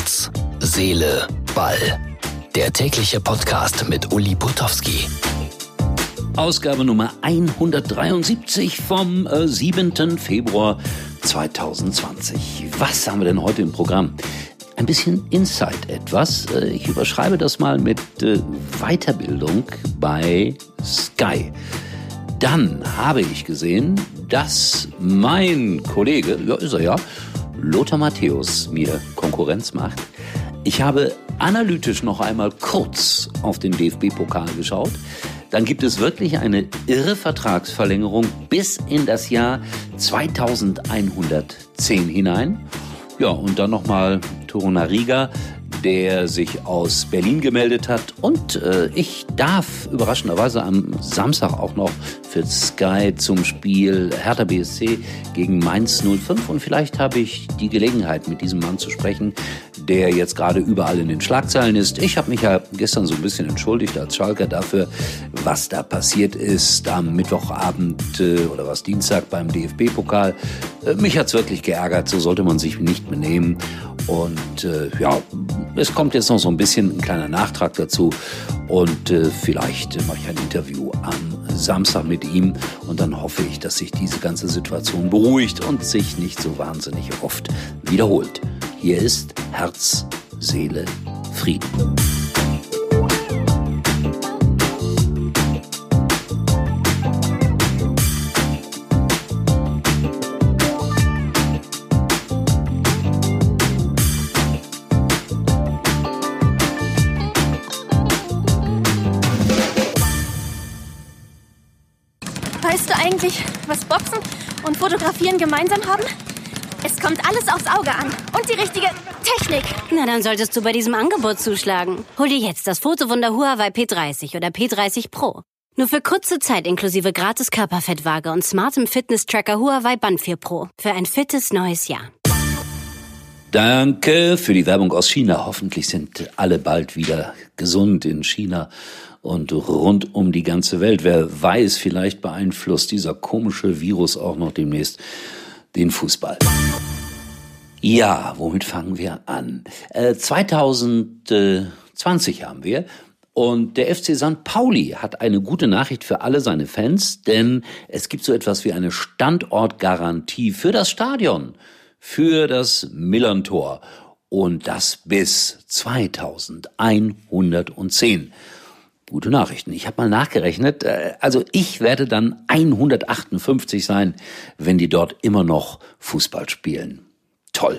Herz, Seele, Ball. Der tägliche Podcast mit Uli Putowski. Ausgabe Nummer 173 vom 7. Februar 2020. Was haben wir denn heute im Programm? Ein bisschen Insight etwas. Ich überschreibe das mal mit Weiterbildung bei Sky. Dann habe ich gesehen, dass mein Kollege, ja ist er ja, Lothar Matthäus mir Konkurrenz macht. Ich habe analytisch noch einmal kurz auf den DFB-Pokal geschaut. Dann gibt es wirklich eine irre Vertragsverlängerung bis in das Jahr 2110 hinein. Ja, und dann nochmal Torunariga, der sich aus Berlin gemeldet hat. Und ich darf überraschenderweise am Samstag auch noch für Sky zum Spiel Hertha BSC gegen Mainz 05. Und vielleicht habe ich die Gelegenheit, mit diesem Mann zu sprechen, der jetzt gerade überall in den Schlagzeilen ist. Ich habe mich ja gestern so ein bisschen entschuldigt als Schalker dafür, was da passiert ist am Mittwochabend oder was Dienstag beim DFB-Pokal. Mich hat's wirklich geärgert, so sollte man sich nicht benehmen. Und ja, es kommt jetzt noch so ein bisschen ein kleiner Nachtrag dazu und vielleicht mache ich ein Interview am Samstag mit ihm und dann hoffe ich, dass sich diese ganze Situation beruhigt und sich nicht so wahnsinnig oft wiederholt. Hier ist Herz, Seele, Frieden. Weißt du eigentlich, was Boxen und Fotografieren gemeinsam haben? Es kommt alles aufs Auge an und die richtige Technik. Na, dann solltest du bei diesem Angebot zuschlagen. Hol dir jetzt das Fotowunder Huawei P30 oder P30 Pro. Nur für kurze Zeit inklusive gratis Körperfettwaage und smartem Fitness-Tracker Huawei Band 4 Pro. Für ein fittes neues Jahr. Danke für die Werbung aus China. Hoffentlich sind alle bald wieder gesund in China und rund um die ganze Welt. Wer weiß, vielleicht beeinflusst dieser komische Virus auch noch demnächst den Fußball. Ja, womit fangen wir an? 2020 haben wir und der FC St. Pauli hat eine gute Nachricht für alle seine Fans, denn es gibt so etwas wie eine Standortgarantie für das Stadion, für das Millerntor und das bis 2110. Gute Nachrichten. Ich habe mal nachgerechnet. Also ich werde dann 158 sein, wenn die dort immer noch Fußball spielen. Toll.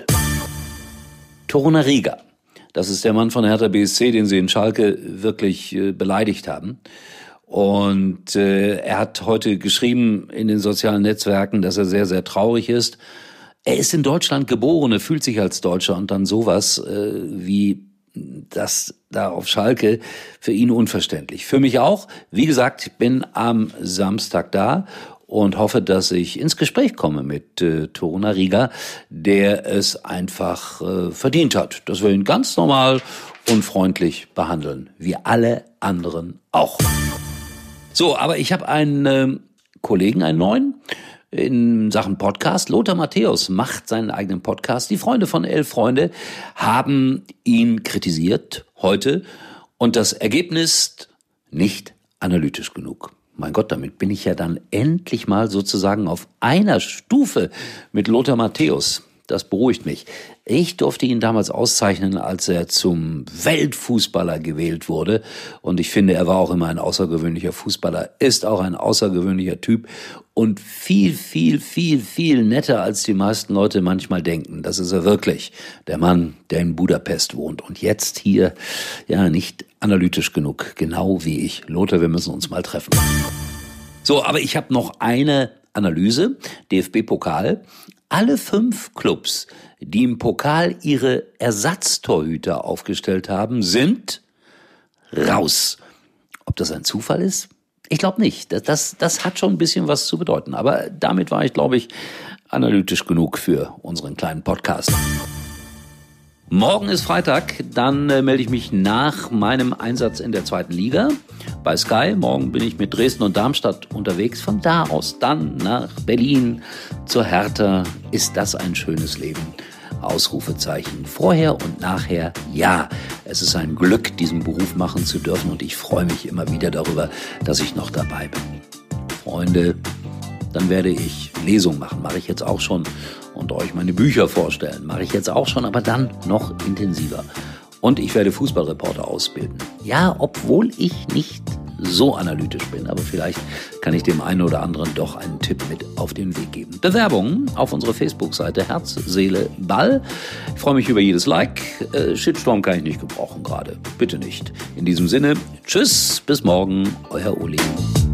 Torunariga, das ist der Mann von Hertha BSC, den sie in Schalke wirklich beleidigt haben. Und er hat heute geschrieben in den sozialen Netzwerken, dass er sehr, sehr traurig ist. Er ist in Deutschland geboren, er fühlt sich als Deutscher und dann sowas wie das da auf Schalke für ihn unverständlich. Für mich auch. Wie gesagt, ich bin am Samstag da und hoffe, dass ich ins Gespräch komme mit Torunariga, der es einfach verdient hat, dass wir ihn ganz normal und freundlich behandeln, wie alle anderen auch. So, aber ich habe einen Kollegen, einen neuen, in Sachen Podcast. Lothar Matthäus macht seinen eigenen Podcast. Die Freunde von 11 Freunde haben ihn kritisiert heute und das Ergebnis nicht analytisch genug. Mein Gott, damit bin ich ja dann endlich mal sozusagen auf einer Stufe mit Lothar Matthäus. Das beruhigt mich. Ich durfte ihn damals auszeichnen, als er zum Weltfußballer gewählt wurde. Und ich finde, er war auch immer ein außergewöhnlicher Fußballer, ist auch ein außergewöhnlicher Typ und viel, viel, viel, viel netter, als die meisten Leute manchmal denken. Das ist er wirklich. Der Mann, der in Budapest wohnt und jetzt hier, ja, nicht analytisch genug. Genau wie ich. Lothar, wir müssen uns mal treffen. So, aber ich habe noch eine Analyse. DFB-Pokal. Alle 5 Clubs, die im Pokal ihre Ersatztorhüter aufgestellt haben, sind raus. Ob das ein Zufall ist? Ich glaube nicht. Das hat schon ein bisschen was zu bedeuten. Aber damit war ich, glaube ich, analytisch genug für unseren kleinen Podcast. Morgen ist Freitag, dann melde ich mich nach meinem Einsatz in der 2. Liga bei Sky. Morgen bin ich mit Dresden und Darmstadt unterwegs. Von da aus dann nach Berlin zur Hertha. Ist das ein schönes Leben. Ausrufezeichen. Vorher und nachher, ja. Es ist ein Glück, diesen Beruf machen zu dürfen und ich freue mich immer wieder darüber, dass ich noch dabei bin. Freunde, dann werde ich Lesungen machen, mache ich jetzt auch schon, und euch meine Bücher vorstellen, mache ich jetzt auch schon, aber dann noch intensiver. Und ich werde Fußballreporter ausbilden. Ja, obwohl ich nicht so analytisch bin, aber vielleicht kann ich dem einen oder anderen doch einen Tipp mit auf den Weg geben. Bewerbungen auf unserer Facebook-Seite Herz, Seele, Ball. Ich freue mich über jedes Like. Shitstorm kann ich nicht gebrauchen gerade. Bitte nicht. In diesem Sinne, tschüss, bis morgen, euer Uli.